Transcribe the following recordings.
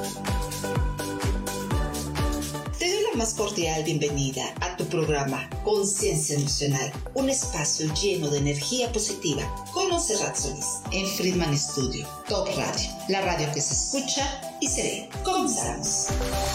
Te doy la más cordial bienvenida a tu programa Conciencia Emocional, un espacio lleno de energía positiva con Montserrat Solís en Friedman Studio, Top Radio, la radio que se escucha y se ve. Comenzamos.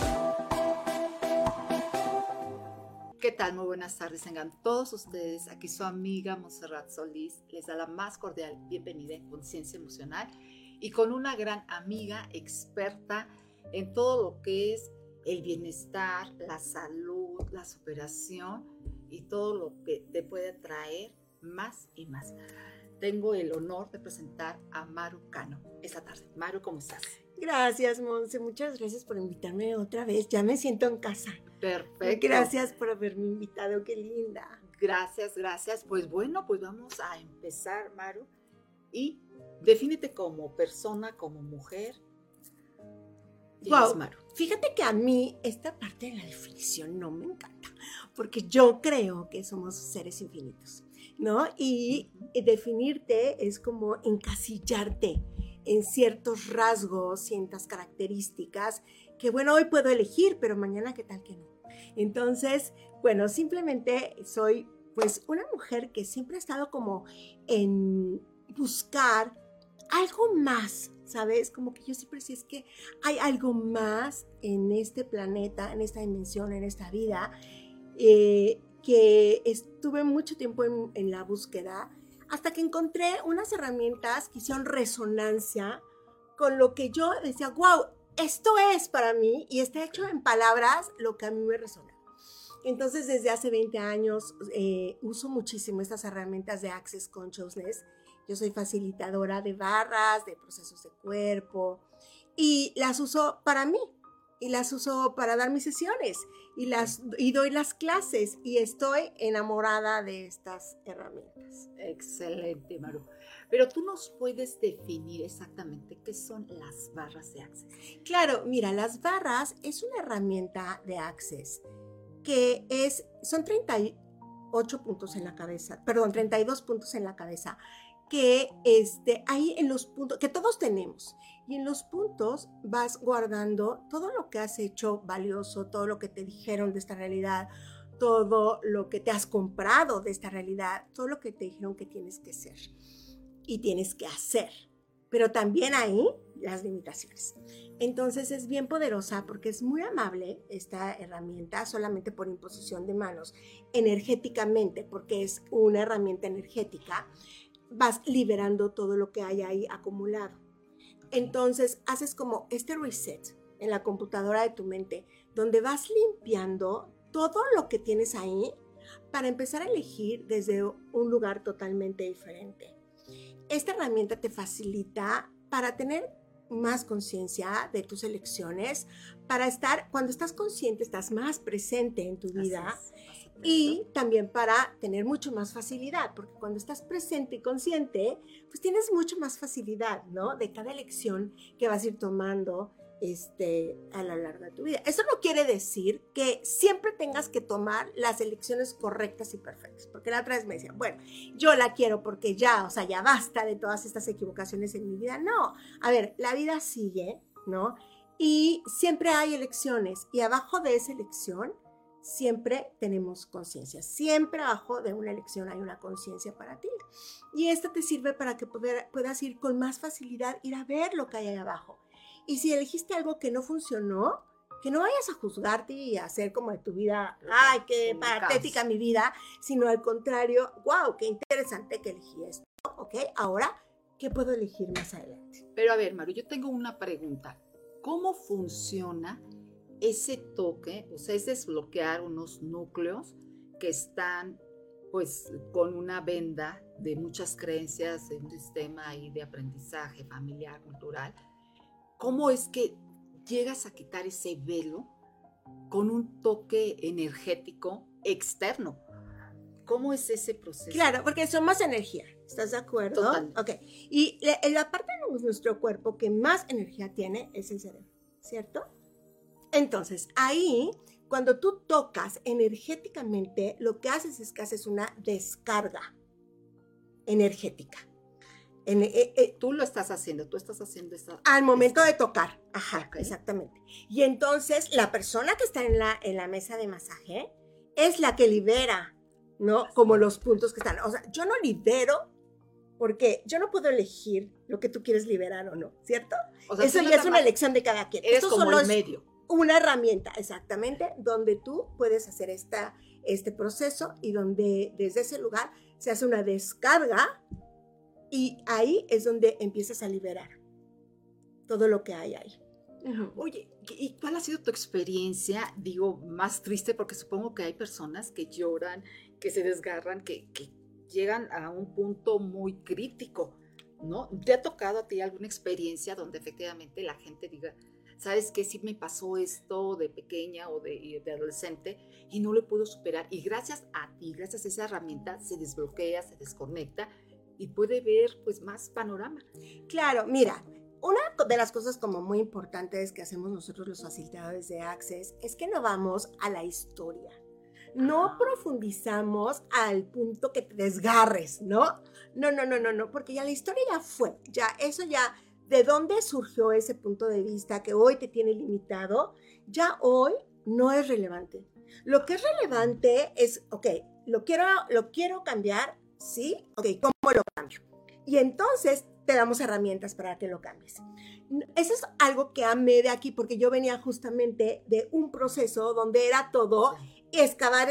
¿Qué tal? Muy buenas tardes, tengan todos ustedes. Aquí su amiga Montserrat Solís les da la más cordial bienvenida en Conciencia Emocional y con una gran amiga experta en todo lo que es el bienestar, la salud, la superación y todo lo que te puede traer más y más. Tengo el honor de presentar a Maru Cano esta tarde. Maru, ¿cómo estás? Gracias, Monse. Muchas gracias por invitarme otra vez. Ya me siento en casa. Perfecto. Gracias por haberme invitado. Qué linda. Gracias. Pues bueno, pues vamos a empezar, Maru. Y defínete como persona, como mujer. Wow, Maru. Fíjate que a mí esta parte de la definición no me encanta, porque yo creo que somos seres infinitos, ¿no? Y definirte es como encasillarte en ciertos rasgos, ciertas características, que bueno, hoy puedo elegir, pero mañana qué tal que no. Entonces, bueno, simplemente soy pues una mujer que siempre ha estado como en buscar algo más, ¿sabes? Como que yo siempre sí es que hay algo más en este planeta, en esta dimensión, en esta vida, que estuve mucho tiempo en la búsqueda, hasta que encontré unas herramientas que hicieron resonancia con lo que yo decía, wow, esto es para mí, y está hecho en palabras lo que a mí me resona. Entonces, desde hace 20 años uso muchísimo estas herramientas de Access Consciousness. Yo soy facilitadora de barras, de procesos de cuerpo, y las uso para mí, y las uso para dar mis sesiones, y doy las clases, y estoy enamorada de estas herramientas. Excelente, Maru. Pero tú nos puedes definir exactamente qué son las barras de Access. Claro, mira, las barras es una herramienta de Access que son 38 puntos en la cabeza, 32 puntos en la cabeza, que ahí en los puntos, que todos tenemos, y en los puntos vas guardando todo lo que has hecho valioso, todo lo que te dijeron de esta realidad, todo lo que te has comprado de esta realidad, todo lo que te dijeron que tienes que ser y tienes que hacer, pero también ahí las limitaciones. Entonces es bien poderosa porque es muy amable esta herramienta, solamente por imposición de manos, energéticamente, porque es una herramienta energética, vas liberando todo lo que hay ahí acumulado. Entonces haces como este reset en la computadora de tu mente, donde vas limpiando todo lo que tienes ahí para empezar a elegir desde un lugar totalmente diferente. Esta herramienta te facilita para tener más conciencia de tus elecciones, para cuando estás consciente, estás más presente en tu vida. Y también para tener mucho más facilidad, porque cuando estás presente y consciente, pues tienes mucho más facilidad, ¿no? De cada elección que vas a ir tomando a lo largo de tu vida. Eso no quiere decir que siempre tengas que tomar las elecciones correctas y perfectas, porque la otra vez me decían, bueno, yo la quiero porque ya basta de todas estas equivocaciones en mi vida. No, a ver, la vida sigue, ¿no? Y siempre hay elecciones, y abajo de esa elección siempre tenemos conciencia. Siempre abajo de una elección hay una conciencia para ti. Y esta te sirve para que puedas ir con más facilidad, ir a ver lo que hay ahí abajo. Y si elegiste algo que no funcionó, que no vayas a juzgarte y a hacer como de tu vida, ¡ay, qué patética mi vida! Sino al contrario, ¡wow, qué interesante que elegí esto! ¿Ok? Ahora, ¿qué puedo elegir más adelante? Pero a ver, Maru, yo tengo una pregunta. ¿Cómo funciona ese toque? O sea, es desbloquear unos núcleos que están pues con una venda de muchas creencias, de un sistema ahí de aprendizaje familiar, cultural. ¿Cómo es que llegas a quitar ese velo con un toque energético externo? ¿Cómo es ese proceso? Claro, porque somos energía, ¿estás de acuerdo? Total. Ok, y la parte de nuestro cuerpo que más energía tiene es el cerebro, ¿cierto? Entonces, ahí, cuando tú tocas energéticamente, lo que haces es que haces una descarga energética. Tú lo estás haciendo, tú estás haciendo esta... Al momento de tocar, ajá, Ok. exactamente. Y entonces la persona que está en la mesa de masaje es la que libera, ¿no? Como los puntos que están. O sea, yo no libero porque yo no puedo elegir lo que tú quieres liberar o no, ¿cierto? O sea, Eso tú ya nada es una más elección de cada quien. Eres Esto como solo el es medio. una herramienta, exactamente, donde tú puedes hacer este proceso y donde desde ese lugar se hace una descarga y ahí es donde empiezas a liberar todo lo que hay ahí. Oye, ¿y cuál ha sido tu experiencia, digo, más triste? Porque supongo que hay personas que lloran, que se desgarran, que llegan a un punto muy crítico, ¿no? ¿Te ha tocado a ti alguna experiencia donde efectivamente la gente diga, ¿sabes qué? Sí me pasó esto de pequeña o de adolescente y no lo puedo superar. Y gracias a ti, gracias a esa herramienta, se desbloquea, se desconecta y puede ver pues más panorama. Claro, mira, una de las cosas como muy importantes que hacemos nosotros los facilitadores de Access es que no vamos a la historia. No profundizamos al punto que te desgarres, ¿no? No, porque ya la historia ya fue, ya eso ya, ¿de dónde surgió ese punto de vista que hoy te tiene limitado? Ya hoy no es relevante. Lo que es relevante es, ok, lo quiero cambiar, ¿sí? Ok, ¿cómo lo cambio? Y entonces te damos herramientas para que lo cambies. Eso es algo que amé de aquí porque yo venía justamente de un proceso donde era todo excavar,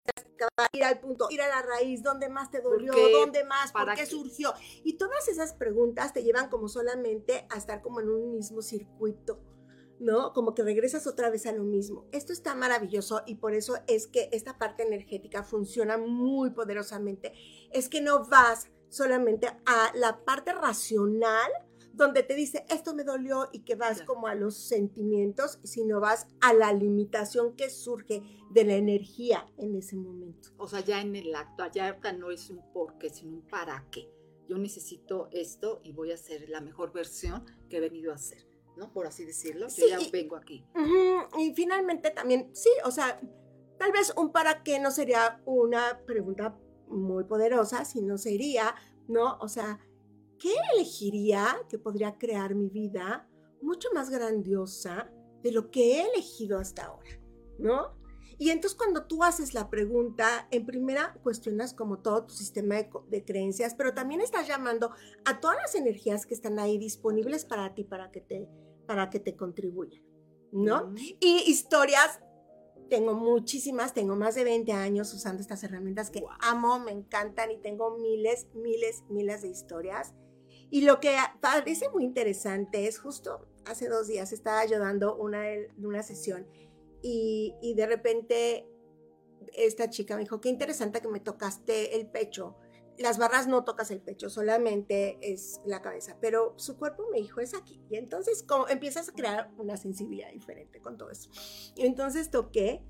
ir al punto, ir a la raíz, dónde más te dolió, dónde más, por qué surgió. Y todas esas preguntas te llevan como solamente a estar como en un mismo circuito, ¿no? Como que regresas otra vez a lo mismo. Esto está maravilloso y por eso es que esta parte energética funciona muy poderosamente. Es que no vas solamente a la parte racional donde te dice esto me dolió y que vas como a los sentimientos, sino vas a la limitación que surge de la energía en ese momento. O sea, ya en el acto, ya no es un por qué, sino un para qué. Yo necesito esto y voy a hacer la mejor versión que he venido a hacer, ¿no? Por así decirlo, Sí, yo ya vengo aquí. Y finalmente también, sí, o sea, tal vez un para qué no sería una pregunta muy poderosa, sino sería, ¿no? O sea, ¿qué elegiría que podría crear mi vida mucho más grandiosa de lo que he elegido hasta ahora, ¿no? Y entonces cuando tú haces la pregunta, en primera cuestionas como todo tu sistema de creencias, pero también estás llamando a todas las energías que están ahí disponibles para ti, para que te contribuyan, ¿no? Y historias, tengo muchísimas, tengo más de 20 años usando estas herramientas que amo, me encantan y tengo miles de historias. Y lo que parece muy interesante es justo hace 2 días estaba yo dando una sesión y de repente esta chica me dijo, qué interesante que me tocaste el pecho. Las barras no tocas el pecho, solamente es la cabeza, pero su cuerpo me dijo, es aquí. Y entonces como empiezas a crear una sensibilidad diferente con todo eso. Y entonces toqué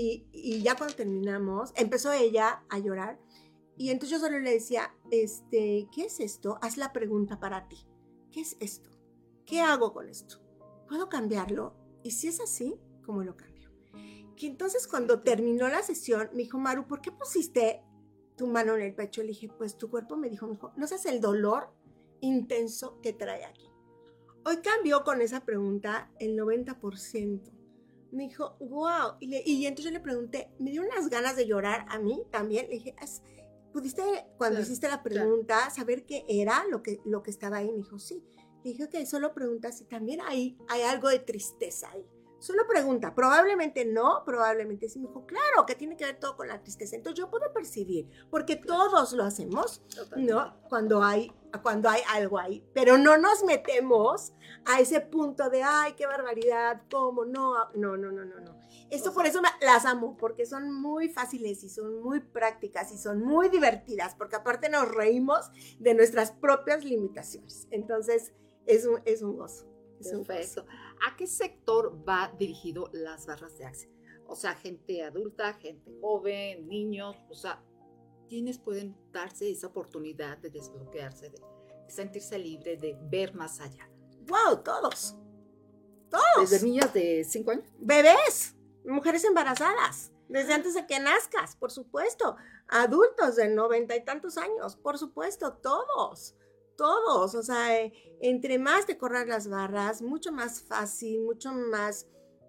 y ya cuando terminamos, empezó ella a llorar. Y entonces yo solo le decía, ¿qué es esto? Haz la pregunta para ti. ¿Qué es esto? ¿Qué hago con esto? ¿Puedo cambiarlo? Y si es así, ¿cómo lo cambio? Y entonces cuando terminó la sesión, me dijo, Maru, ¿por qué pusiste tu mano en el pecho? Le dije, pues tu cuerpo me dijo, no sabes el dolor intenso que trae aquí. Hoy cambió con esa pregunta el 90%. Me dijo, wow. Y entonces yo le pregunté, me dio unas ganas de llorar a mí también. Le dije, ¿pudiste, cuando hiciste la pregunta, saber qué era lo que estaba ahí? Me dijo, sí. Le dije, ok, solo pregunta si también hay algo de tristeza ahí. Solo pregunta, probablemente no, probablemente sí. Me dijo, claro, que tiene que ver todo con la tristeza. Entonces yo puedo percibir, porque todos lo hacemos, ¿no? Cuando hay algo ahí, pero no nos metemos a ese punto de, ay, qué barbaridad, cómo, no. Esto por eso las amo, porque son muy fáciles y son muy prácticas y son muy divertidas, porque aparte nos reímos de nuestras propias limitaciones. Entonces es un gozo. Perfecto. ¿A qué sector va dirigido las barras de Access? O sea, gente adulta, gente joven, niños, o sea, ¿quiénes pueden darse esa oportunidad de desbloquearse, de sentirse libre, de ver más allá? ¡Wow! Todos. ¿Desde niñas de 5 años? Bebés, mujeres embarazadas, desde antes de que nazcas, por supuesto. Adultos de 90 y tantos años, por supuesto, todos. todos, o sea, entre más te corras las barras, mucho más fácil, mucho más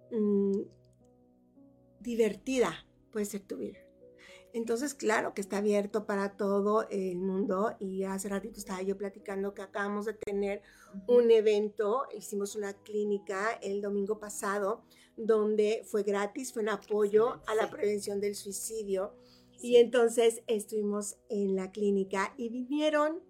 divertida puede ser tu vida. Entonces, claro que está abierto para todo el mundo y hace ratito estaba yo platicando que acabamos de tener un evento, hicimos una clínica el domingo pasado donde fue gratis, fue un apoyo a la prevención del suicidio y entonces estuvimos en la clínica y vinieron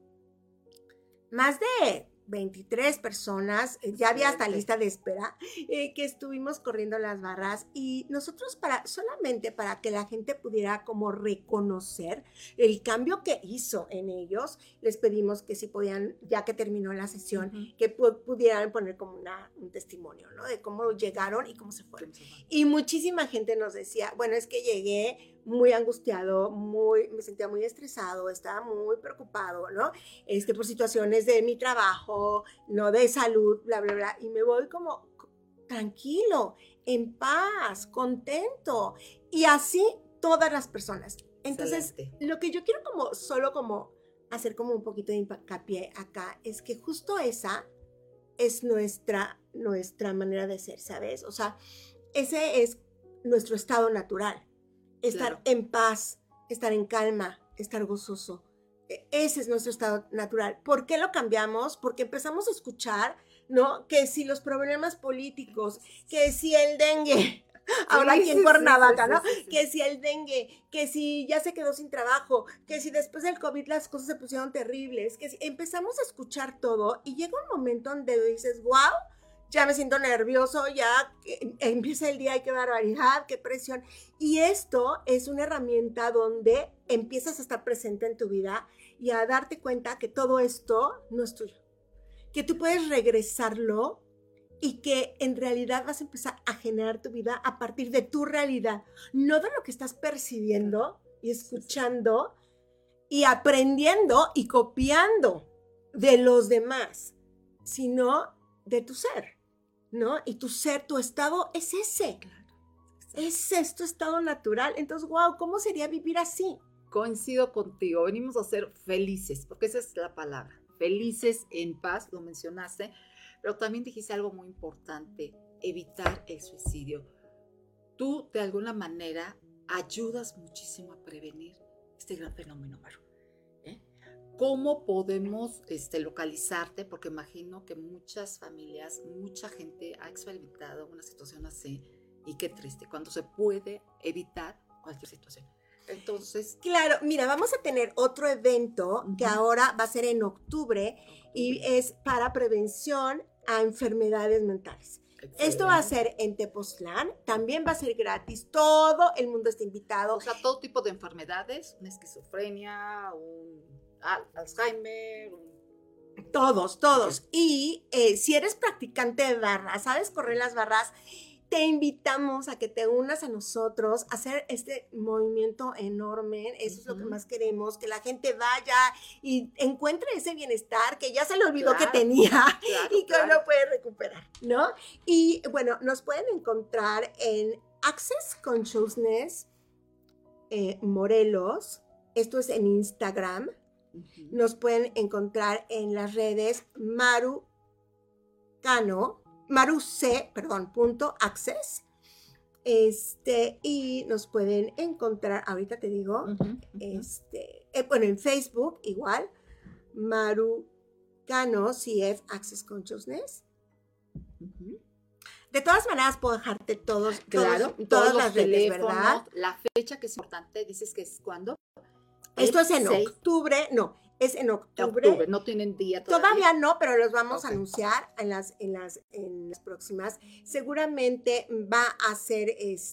más de 23 personas, ya había hasta lista de espera, que estuvimos corriendo las barras y nosotros solamente para que la gente pudiera como reconocer el cambio que hizo en ellos, les pedimos que si podían, ya que terminó la sesión, que pudieran poner como un testimonio, ¿no? De cómo llegaron y cómo se fueron. Y muchísima gente nos decía, bueno, es que llegué muy angustiado, me sentía muy estresado, estaba muy preocupado, ¿no? Por situaciones de mi trabajo, no de salud, bla, bla, bla, y me voy como tranquilo, en paz, contento, y así todas las personas. Entonces, excelente. Lo que yo quiero solo hacer como un poquito de hincapié acá, es que justo esa es nuestra manera de ser, ¿sabes? O sea, ese es nuestro estado natural. Estar en paz, estar en calma, estar gozoso. Ese es nuestro estado natural. ¿Por qué lo cambiamos? Porque empezamos a escuchar, ¿no? Que si los problemas políticos, que si el dengue, ahora aquí en Cuernavaca, ¿no? Que si el dengue, que si ya se quedó sin trabajo, que si después del COVID las cosas se pusieron terribles, que si empezamos a escuchar todo y llega un momento donde dices, wow, ya me siento nervioso, ya empieza el día y qué barbaridad, qué presión. Y esto es una herramienta donde empiezas a estar presente en tu vida y a darte cuenta que todo esto no es tuyo, que tú puedes regresarlo y que en realidad vas a empezar a generar tu vida a partir de tu realidad, no de lo que estás percibiendo y escuchando y aprendiendo y copiando de los demás, sino de tu ser, ¿no? Y tu ser, tu estado es ese. Ese es tu estado natural. Entonces, wow, ¿cómo sería vivir así? Coincido contigo, venimos a ser felices, porque esa es la palabra, felices, en paz, lo mencionaste, pero también dijiste algo muy importante, evitar el suicidio. Tú, de alguna manera, ayudas muchísimo a prevenir este gran fenómeno, Maru. ¿Cómo podemos localizarte? Porque imagino que muchas familias, mucha gente ha experimentado una situación así, y qué triste, cuando se puede evitar cualquier situación. Entonces, claro, mira, vamos a tener otro evento que ahora va a ser en octubre y es para prevención a enfermedades mentales. Excelente. Esto va a ser en Tepoztlán, también va a ser gratis, todo el mundo está invitado. O sea, todo tipo de enfermedades, una esquizofrenia, un Alzheimer, Todos. Y si eres practicante de barras, sabes correr las barras, te invitamos a que te unas a nosotros, a hacer este movimiento enorme. Eso es lo que más queremos, que la gente vaya y encuentre ese bienestar que ya se le olvidó que tenía y que no puede recuperar, ¿no? Y bueno, nos pueden encontrar en Access Consciousness Morelos. Esto es en Instagram. Nos pueden encontrar en las redes maruc.access. Y nos pueden encontrar, ahorita te digo, bueno, en Facebook igual, Maru Cano, CF Access Consciousness. De todas maneras, puedo dejarte todas las redes, ¿verdad? La fecha que es importante, dices que es ¿cuándo? Esto es en octubre, es en octubre. No tienen día todavía no, pero los vamos a anunciar en las próximas. Seguramente va a ser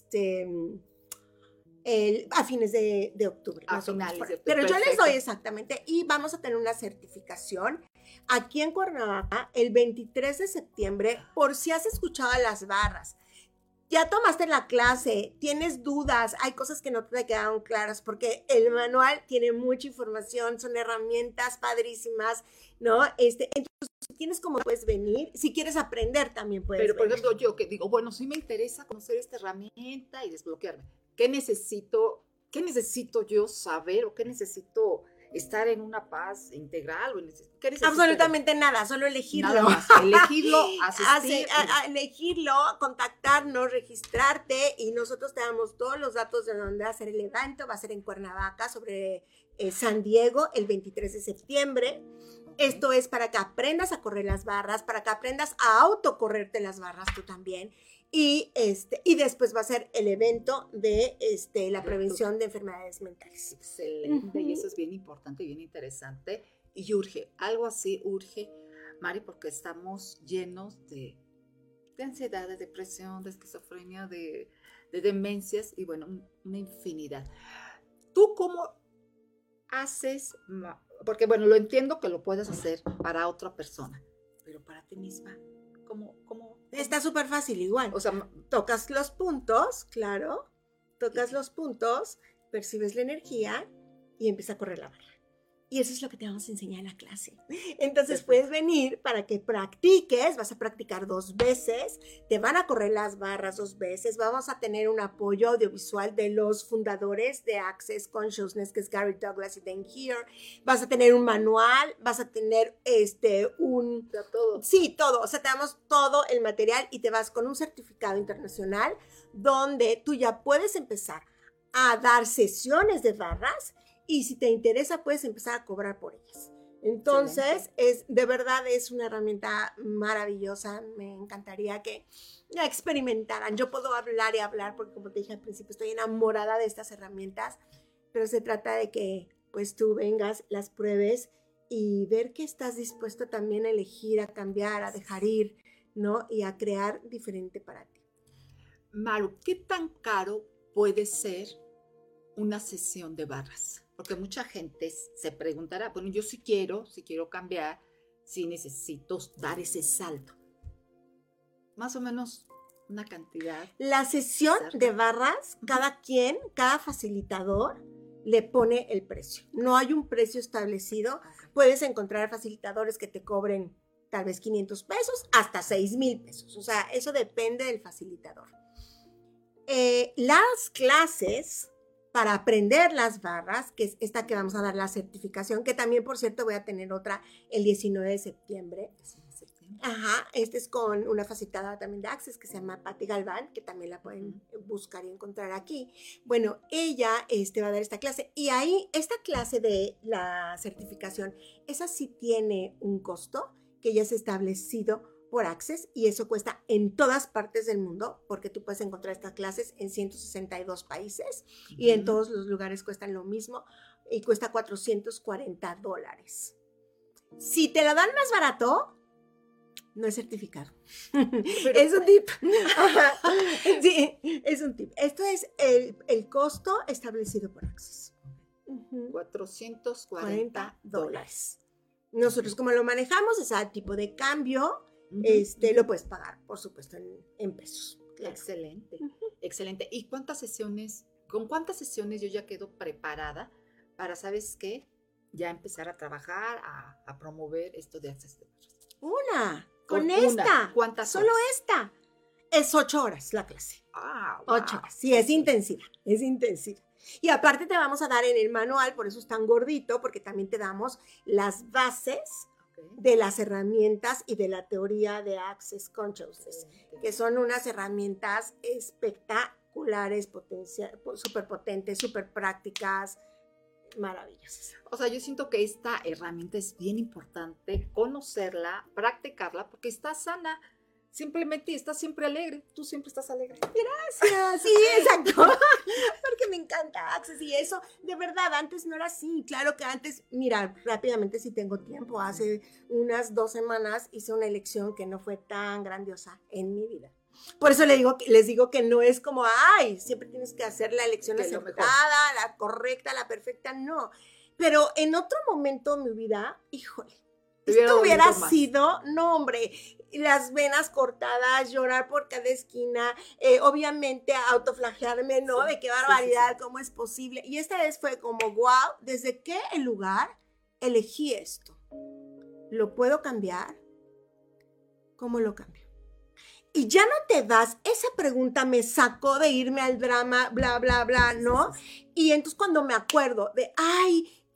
a fines de octubre. A finales de octubre. Pero yo les doy exactamente, y vamos a tener una certificación aquí en Cuernavaca el 23 de septiembre, por si has escuchado las barras. Ya tomaste la clase, tienes dudas, hay cosas que no te quedaron claras, porque el manual tiene mucha información, son herramientas padrísimas, ¿no? Entonces, tienes como puedes venir, si quieres aprender también puedes venir. Pero, por ejemplo, yo que digo, bueno, sí me interesa conocer esta herramienta y desbloquearme. ¿Qué necesito yo saber o qué necesito estar en una paz integral. ¿Qué necesitas? Absolutamente nada, solo elegirlo. Nada más, elegirlo, asistir. Elegirlo, contactarnos, registrarte y nosotros te damos todos los datos de dónde va a ser el evento. Va a ser en Cuernavaca, sobre San Diego, el 23 de septiembre. Esto es para que aprendas a correr las barras, para que aprendas a autocorrerte las barras tú también. Y después va a ser el evento de la prevención de enfermedades mentales. Excelente, y eso es bien importante y bien interesante. Y urge, algo así urge, Mari, porque estamos llenos de ansiedad, de depresión, de esquizofrenia, de demencias y bueno, una infinidad. ¿Tú cómo haces? Porque bueno, lo entiendo que lo puedes hacer para otra persona, pero para ti misma, ¿cómo? Está súper fácil igual. O sea, tocas los puntos, claro, los puntos, percibes la energía y empieza a correr la barra. Y eso es lo que te vamos a enseñar en la clase. Entonces puedes venir para que practiques, vas a practicar 2 veces, te van a correr las barras 2 veces, vamos a tener un apoyo audiovisual de los fundadores de Access Consciousness, que es Gary Douglas y Dan Heer, vas a tener un manual, vas a tener todo. Sí, todo, o sea, te damos todo el material y te vas con un certificado internacional donde tú ya puedes empezar a dar sesiones de barras. Y si te interesa, puedes empezar a cobrar por ellas. Entonces, de verdad es una herramienta maravillosa. Me encantaría que la experimentaran. Yo puedo hablar y hablar porque, como te dije al principio, estoy enamorada de estas herramientas. Pero se trata de que pues tú vengas, las pruebes y ver que estás dispuesto también a elegir, a cambiar, a dejar ir, ¿no? Y a crear diferente para ti. Maru, ¿qué tan caro puede ser una sesión de barras? Porque mucha gente se preguntará, bueno, yo sí quiero cambiar, sí necesito dar ese salto. Más o menos una cantidad. La sesión de barras, cada facilitador le pone el precio. No hay un precio establecido. Okay. Puedes encontrar facilitadores que te cobren tal vez 500 pesos hasta 6,000 pesos. O sea, eso depende del facilitador. Las clases para aprender las barras, que es esta que vamos a dar la certificación, que también, por cierto, voy a tener otra el 19 de septiembre. Ajá, es con una facilitadora también de Access que se llama Patti Galván, que también la pueden buscar y encontrar aquí. Bueno, ella va a dar esta clase y ahí, esta clase de la certificación, esa sí tiene un costo que ya es establecido por Access y eso cuesta en todas partes del mundo porque tú puedes encontrar estas clases en 162 países y en todos los lugares cuestan lo mismo y cuesta $440. Si te lo dan más barato, no es certificado. Pero, es un tip. Sí, es un tip. Esto es el costo establecido por Access. $440. Nosotros como lo manejamos, ese tipo de cambio, lo puedes pagar, por supuesto, en pesos. Claro. Excelente, excelente. ¿Y con cuántas sesiones yo ya quedo preparada para, ¿sabes qué? Ya empezar a trabajar, a promover esto de Access de Barras. Esta. ¿Cuántas Solo horas? Esta. Es 8 horas la clase. Wow. 8 horas. Sí, es intensiva. Y aparte te vamos a dar en el manual, por eso es tan gordito, porque también te damos las bases de las herramientas y de la teoría de Access Consciousness, que son unas herramientas espectaculares, súper potentes, súper prácticas, maravillosas. O sea, yo siento que esta herramienta es bien importante conocerla, practicarla, porque está sana. Simplemente estás siempre alegre, tú siempre estás alegre. Gracias, sí, exacto. Porque me encanta Access y eso, de verdad, antes no era así. Claro que antes, mira, rápidamente si tengo tiempo, hace unas 2 semanas hice una elección que no fue tan grandiosa en mi vida. Por eso les digo que no es como, siempre tienes que hacer la elección acertada, la correcta, la perfecta, no. Pero en otro momento de mi vida, híjole, esto hubiera sido, no hombre, las venas cortadas, llorar por cada esquina, obviamente autoflagelarme, ¿no? Sí, de qué barbaridad, sí. ¿Cómo es posible? Y esta vez fue como, wow, ¿desde qué lugar elegí esto? ¿Lo puedo cambiar? ¿Cómo lo cambio? Y ya no te das, esa pregunta me sacó de irme al drama, bla, bla, bla, ¿no? Sí. Y entonces cuando me acuerdo de,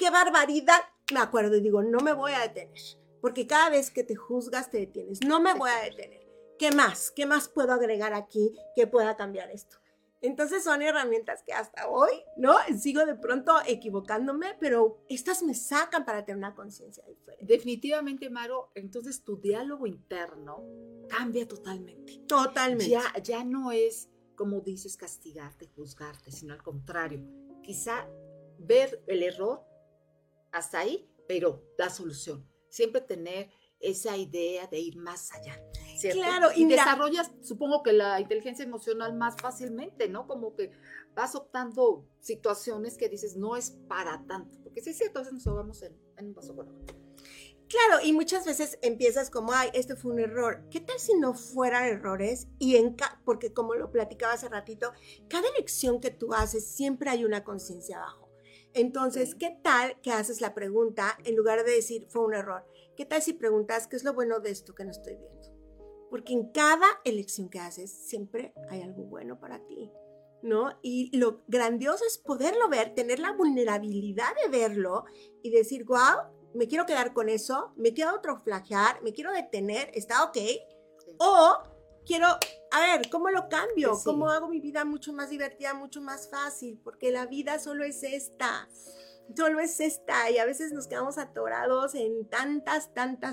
qué barbaridad. Me acuerdo y digo, no me voy a detener, porque cada vez que te juzgas te detienes. No me voy a detener. ¿Qué más? ¿Qué más puedo agregar aquí que pueda cambiar esto? Entonces son herramientas que hasta hoy, ¿no? Sigo de pronto equivocándome, pero estas me sacan para tener una conciencia diferente. Definitivamente, Maro, entonces tu diálogo interno cambia totalmente. Totalmente. Ya no es, como dices, castigarte, juzgarte, sino al contrario. Quizá ver el error hasta ahí, pero la solución. Siempre tener esa idea de ir más allá, ¿cierto? Claro, y desarrollas, supongo que la inteligencia emocional más fácilmente, ¿no? Como que vas optando situaciones que dices, no es para tanto, porque sí es cierto, a veces nos ahogamos en un vaso con agua. Claro, y muchas veces empiezas como, ay, este fue un error. ¿Qué tal si no fueran errores? Porque como lo platicaba hace ratito, cada elección que tú haces siempre hay una conciencia abajo. Entonces, sí. ¿Qué tal que haces la pregunta en lugar de decir fue un error? ¿Qué tal si preguntas qué es lo bueno de esto que no estoy viendo? Porque en cada elección que haces siempre hay algo bueno para ti, ¿no? Y lo grandioso es poderlo ver, tener la vulnerabilidad de verlo y decir, wow, me quiero quedar con eso, me quiero autoflagelar, me quiero detener, ¿está ok? Sí. O quiero, a ver, ¿cómo lo cambio? Sí. ¿Cómo hago mi vida mucho más divertida, mucho más fácil? Porque la vida solo es esta. Y a veces nos quedamos atorados en tantas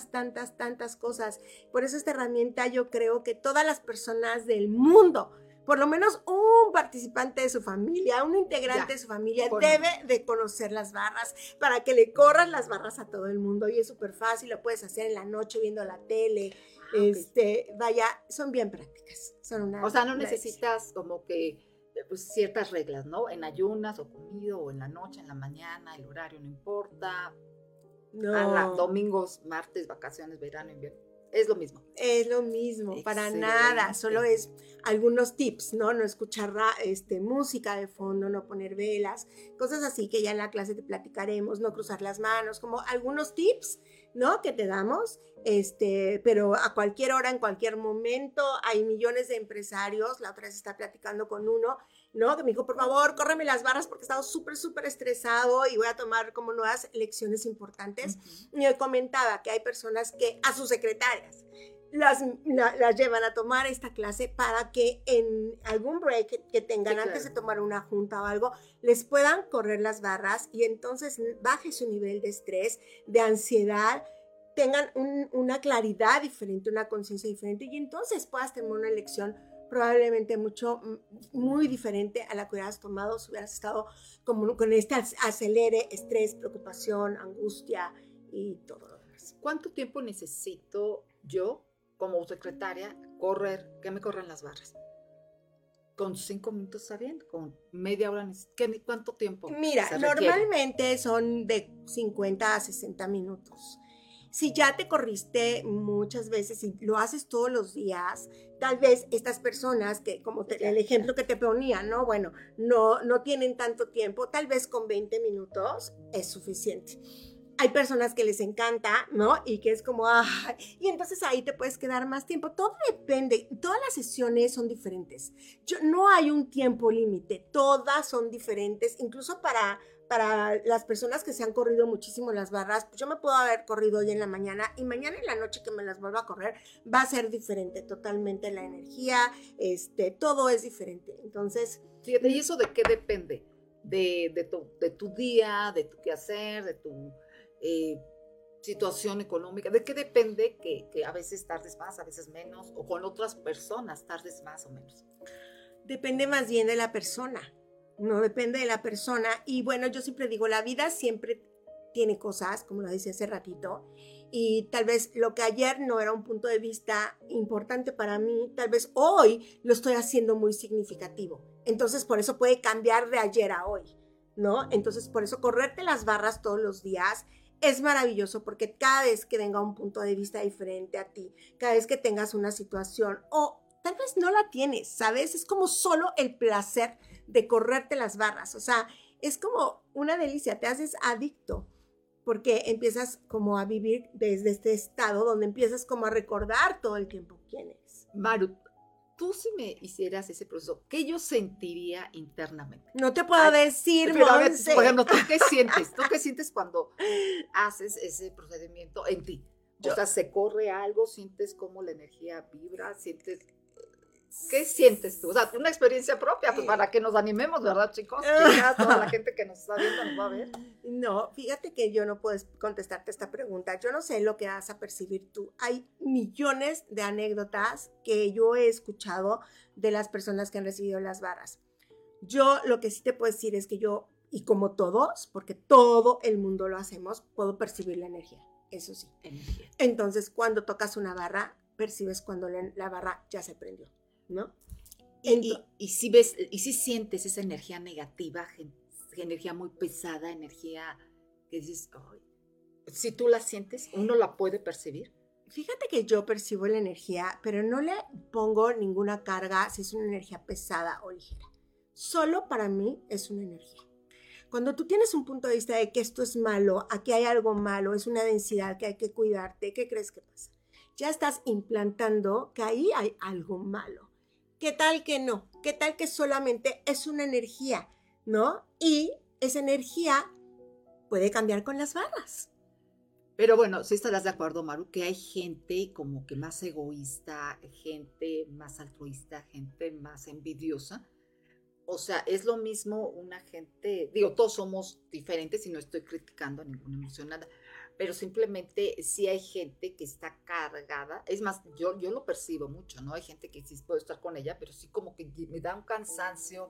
cosas. Por eso esta herramienta yo creo que todas las personas del mundo, por lo menos un participante de su familia, un integrante de su familia debe de conocer las barras para que le corras las barras a todo el mundo. Y es súper fácil, lo puedes hacer en la noche viendo la tele. Vaya, son bien prácticas. O sea, no necesitas como que pues, ciertas reglas, ¿no? En ayunas o comido o en la noche, en la mañana, el horario no importa. No. Domingos, martes, vacaciones, verano, invierno. Es lo mismo. Es lo mismo, excelente. Para nada. Solo es algunos tips, ¿no? No escuchar música de fondo, no poner velas, cosas así que ya en la clase te platicaremos, no cruzar las manos, como algunos tips, ¿no? Que te damos, pero a cualquier hora, en cualquier momento, hay millones de empresarios. La otra vez estaba platicando con uno, ¿no? Que me dijo, por favor, córreme las barras porque he estado súper estresado y voy a tomar como nuevas lecciones importantes. Uh-huh. Y él comentaba que hay personas que a sus secretarias las llevan a tomar esta clase para que en algún break que tengan, sí, antes de tomar una junta o algo, les puedan correr las barras y entonces baje su nivel de estrés, de ansiedad, tengan una claridad diferente, una conciencia diferente y entonces puedas tener una elección probablemente muy diferente a la que hubieras tomado si hubieras estado como con este acelere, estrés, preocupación, angustia y todo lo demás. ¿Cuánto tiempo necesito yo como secretaria que me corran las barras? ¿Con 5 minutos está bien? ¿Con media hora? ¿Cuánto tiempo? Mira, normalmente son de 50 a 60 minutos. Si ya te corriste muchas veces y lo haces todos los días, tal vez estas personas que, como el ejemplo que te ponía, ¿no? Bueno, no tienen tanto tiempo, tal vez con 20 minutos es suficiente. Hay personas que les encanta, ¿no? Y que es como, y entonces ahí te puedes quedar más tiempo. Todo depende, todas las sesiones son diferentes. No hay un tiempo límite, todas son diferentes, incluso para las personas que se han corrido muchísimo las barras. Pues yo me puedo haber corrido hoy en la mañana y mañana en la noche que me las vuelva a correr va a ser diferente totalmente la energía, todo es diferente. Entonces, fíjate, ¿y eso de qué depende? De tu día, de tu quehacer, de tu situación económica. ¿De qué depende que a veces tardes más, a veces menos, o con otras personas tardes más o menos? Depende más bien de la persona. No depende de la persona. Y bueno, yo siempre digo, la vida siempre tiene cosas, como lo decía hace ratito, y tal vez lo que ayer no era un punto de vista importante para mí, tal vez hoy lo estoy haciendo muy significativo. Entonces, por eso puede cambiar de ayer a hoy, ¿no? Entonces, por eso correrte las barras todos los días es maravilloso, porque cada vez que venga un punto de vista diferente a ti, cada vez que tengas una situación, o tal vez no la tienes, ¿sabes? Es como solo el placer de correrte las barras, o sea, es como una delicia, te haces adicto, porque empiezas como a vivir desde este estado donde empiezas como a recordar todo el tiempo quién eres. Maru, tú si me hicieras ese proceso, ¿qué yo sentiría internamente? No te puedo decir, pero a ver, Monse. por ejemplo, ¿tú qué sientes? ¿Tú qué sientes cuando haces ese procedimiento en ti? O sea, ¿se corre algo? ¿Sientes cómo la energía vibra? ¿Sientes... ¿Qué sientes tú? O sea, una experiencia propia, pues para que nos animemos, ¿verdad, chicos? Chicas, toda la gente que nos está viendo nos va a ver. No, fíjate que yo no puedo contestarte esta pregunta. Yo no sé lo que vas a percibir tú. Hay millones de anécdotas que yo he escuchado de las personas que han recibido las barras. Yo lo que sí te puedo decir es que yo, y como todos, porque todo el mundo lo hacemos, puedo percibir la energía, eso sí. Energía. Entonces, cuando tocas una barra, percibes cuando la barra ya se prendió, ¿no? Y si ves, y si sientes esa energía negativa, energía muy pesada, energía que dices, ay, si tú la sientes, uno la puede percibir. Fíjate que yo percibo la energía, pero no le pongo ninguna carga si es una energía pesada o ligera. Solo para mí es una energía. Cuando tú tienes un punto de vista de que esto es malo, aquí hay algo malo, es una densidad que hay que cuidarte, ¿qué crees que pasa? Ya estás implantando que ahí hay algo malo. ¿Qué tal que no? ¿Qué tal que solamente es una energía, ¿no? Y esa energía puede cambiar con las barras. Pero bueno, sí estarás de acuerdo, Maru, que hay gente como que más egoísta, gente más altruista, gente más envidiosa. O sea, es lo mismo una gente, digo, todos somos diferentes y no estoy criticando a ninguna emocionada, pero simplemente sí hay gente que está cargada. Es más, yo lo percibo mucho, ¿no? Hay gente que sí puedo estar con ella, pero sí como que me da un cansancio,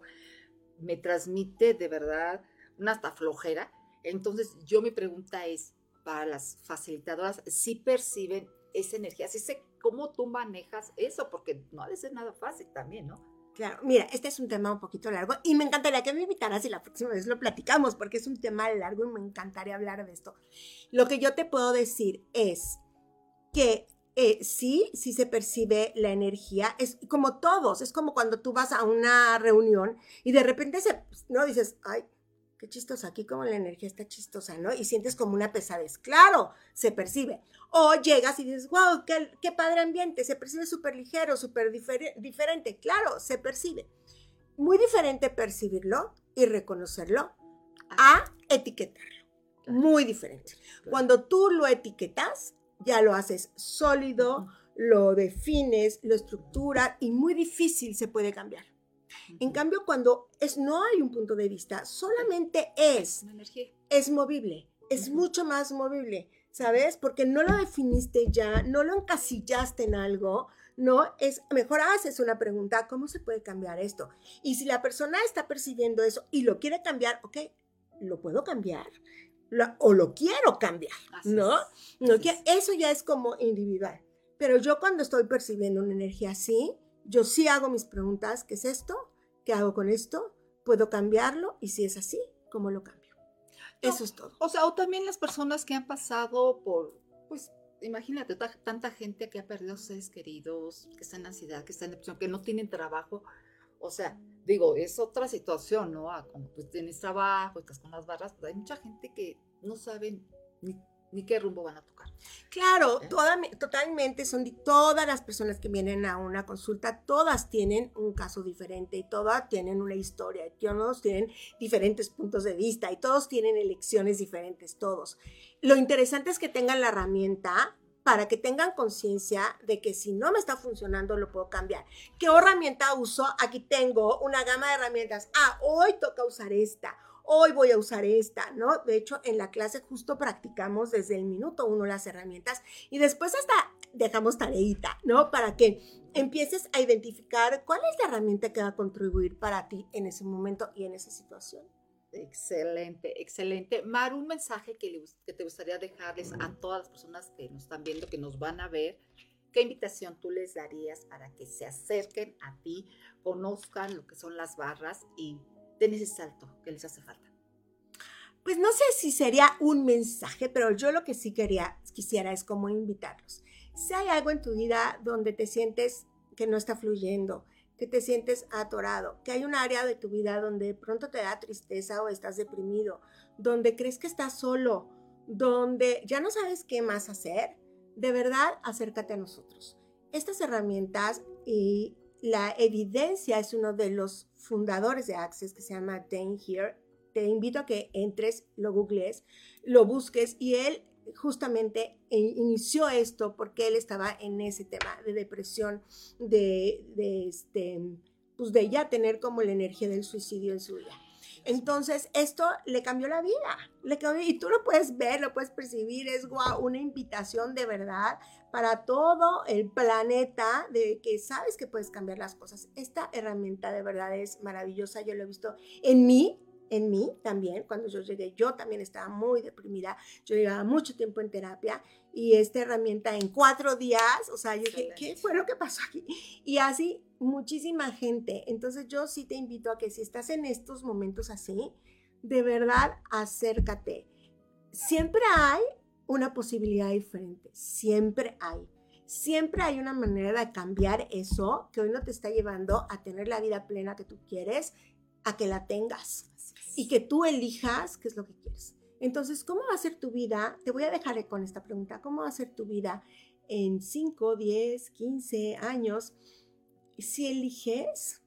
me transmite de verdad una hasta flojera. Entonces, mi pregunta es, para las facilitadoras, ¿sí perciben esa energía? ¿Sí sé cómo tú manejas eso? Porque no ha de ser nada fácil también, ¿no? Claro, mira, este es un tema un poquito largo y me encantaría que me invitaras y la próxima vez lo platicamos porque es un tema largo y me encantaría hablar de esto. Lo que yo te puedo decir es que sí se percibe la energía, es como todos, es como cuando tú vas a una reunión y de repente no dices, ay, qué chistosa, aquí como la energía está chistosa, ¿no? Y sientes como una pesadez, claro, se percibe. O llegas y dices, wow, qué padre ambiente, se percibe súper ligero, súper diferente, claro, se percibe. Muy diferente percibirlo y reconocerlo a etiquetarlo, muy diferente. Cuando tú lo etiquetas, ya lo haces sólido, lo defines, lo estructuras y muy difícil se puede cambiar. En cambio, cuando no hay un punto de vista, solamente es movible, es mucho más movible, ¿sabes? Porque no lo definiste ya, no lo encasillaste en algo, no, es mejor haces una pregunta, ¿cómo se puede cambiar esto? Y si la persona está percibiendo eso y lo quiere cambiar, ok, ¿lo puedo cambiar? O lo quiero cambiar, ¿no? Eso ya es como individual. Pero yo cuando estoy percibiendo una energía así, yo sí hago mis preguntas, ¿qué es esto? ¿Qué hago con esto? ¿Puedo cambiarlo? Y si es así, ¿cómo lo cambio? Eso es todo. O sea, o también las personas que han pasado por, pues, imagínate, tanta gente que ha perdido seres queridos, que está en ansiedad, que está en depresión, que no tienen trabajo. O sea, digo, es otra situación, ¿no? Como tú tienes trabajo, estás con las barras, pues hay mucha gente que no saben ni qué rumbo van a tocar. Claro, totalmente, todas las personas que vienen a una consulta, todas tienen un caso diferente y todas tienen una historia, y todos tienen diferentes puntos de vista y todos tienen elecciones diferentes, todos. Lo interesante es que tengan la herramienta para que tengan conciencia de que si no me está funcionando, lo puedo cambiar. ¿Qué herramienta uso? Aquí tengo una gama de herramientas. Hoy toca usar esta. Hoy voy a usar esta, ¿no? De hecho, en la clase justo practicamos desde el minuto 1 las herramientas y después hasta dejamos tareita, ¿no? Para que empieces a identificar cuál es la herramienta que va a contribuir para ti en ese momento y en esa situación. Excelente, excelente. Maru, un mensaje que te gustaría dejarles a todas las personas que nos están viendo, que nos van a ver. ¿Qué invitación tú les darías para que se acerquen a ti, conozcan lo que son las barras y den ese salto que les hace falta? Pues no sé si sería un mensaje, pero yo lo que sí quisiera es como invitarlos. Si hay algo en tu vida donde te sientes que no está fluyendo, que te sientes atorado, que hay un área de tu vida donde de pronto te da tristeza o estás deprimido, donde crees que estás solo, donde ya no sabes qué más hacer, de verdad acércate a nosotros. Estas herramientas y la evidencia es uno de los fundadores de Access, que se llama Dan Heer. Te invito a que entres, lo googlees, lo busques, y él justamente inició esto porque él estaba en ese tema de depresión, pues de ya tener como la energía del suicidio en su vida. Entonces, esto le cambió la vida, y tú lo puedes ver, lo puedes percibir, es una invitación de verdad para todo el planeta, de que sabes que puedes cambiar las cosas. Esta herramienta de verdad es maravillosa, yo lo he visto en mí también. Cuando yo llegué, yo también estaba muy deprimida, yo llevaba mucho tiempo en terapia, y esta herramienta en 4 días, o sea, yo dije, ¿qué fue lo que pasó aquí? Y así muchísima gente. Entonces yo sí te invito a que si estás en estos momentos así, de verdad acércate. Siempre hay una posibilidad diferente, siempre hay una manera de cambiar eso que hoy no te está llevando a tener la vida plena que tú quieres, a que la tengas y que tú elijas qué es lo que quieres. Entonces, ¿cómo va a ser tu vida? Te voy a dejar con esta pregunta. ¿Cómo va a ser tu vida en 5, 10, 15 años si eliges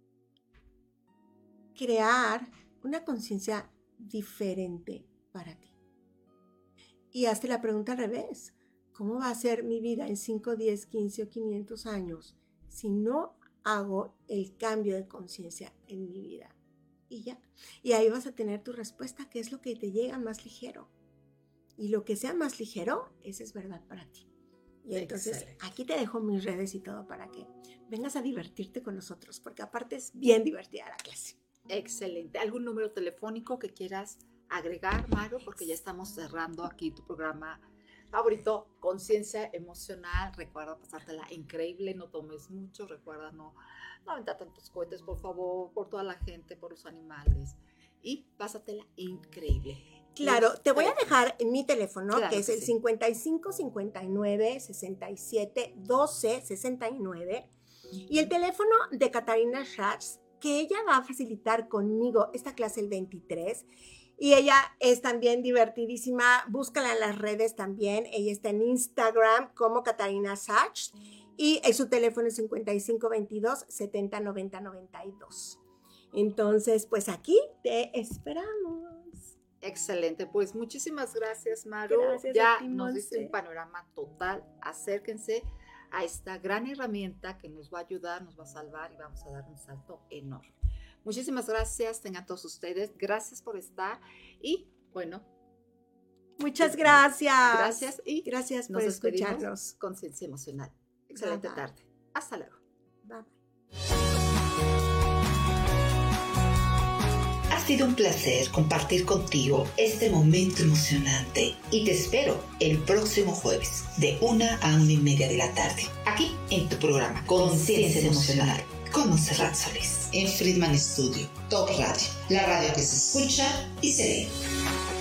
crear una conciencia diferente para ti? Y hazte la pregunta al revés. ¿Cómo va a ser mi vida en 5, 10, 15 o 500 años si no hago el cambio de conciencia en mi vida? Y ya. Y ahí vas a tener tu respuesta, que es lo que te llega más ligero. Y lo que sea más ligero, esa es verdad para ti. Y entonces, excelente. Aquí te dejo mis redes y todo para que vengas a divertirte con nosotros, porque aparte es bien divertida la clase. Excelente. ¿Algún número telefónico que quieras agregar, Maru? Porque ya estamos cerrando aquí tu programa favorito, Conciencia Emocional. Recuerda pasártela increíble, no tomes mucho, recuerda no aventar tantos cohetes, por favor, por toda la gente, por los animales, y pásatela increíble. Claro, te voy a dejar en mi teléfono, claro, que es el 55 59 67 12 69, y el teléfono de Katarina Schatz, que ella va a facilitar conmigo esta clase el 23, y ella es también divertidísima. Búscala en las redes también. Ella está en Instagram como Katarina Schatz, y su teléfono es 55 22 70 90 92. Entonces, pues aquí te esperamos. Excelente, pues muchísimas gracias, Maru. Gracias ya a ti, nos diste un panorama total. Acérquense a esta gran herramienta que nos va a ayudar, nos va a salvar, y vamos a dar un salto enorme. Muchísimas gracias, tengan todos ustedes. Gracias por estar, y bueno. Muchas gracias. Gracias, y gracias por escucharnos. Conciencia Emocional. Excelente tarde. Hasta luego. Bye. Ha sido un placer compartir contigo este momento emocionante, y te espero el próximo jueves de 1 a 1:30 de la tarde, aquí en tu programa Conciencia Emocional con Montserrat Solís, en Friedman Studio, Top Radio, la radio que se escucha y se ve.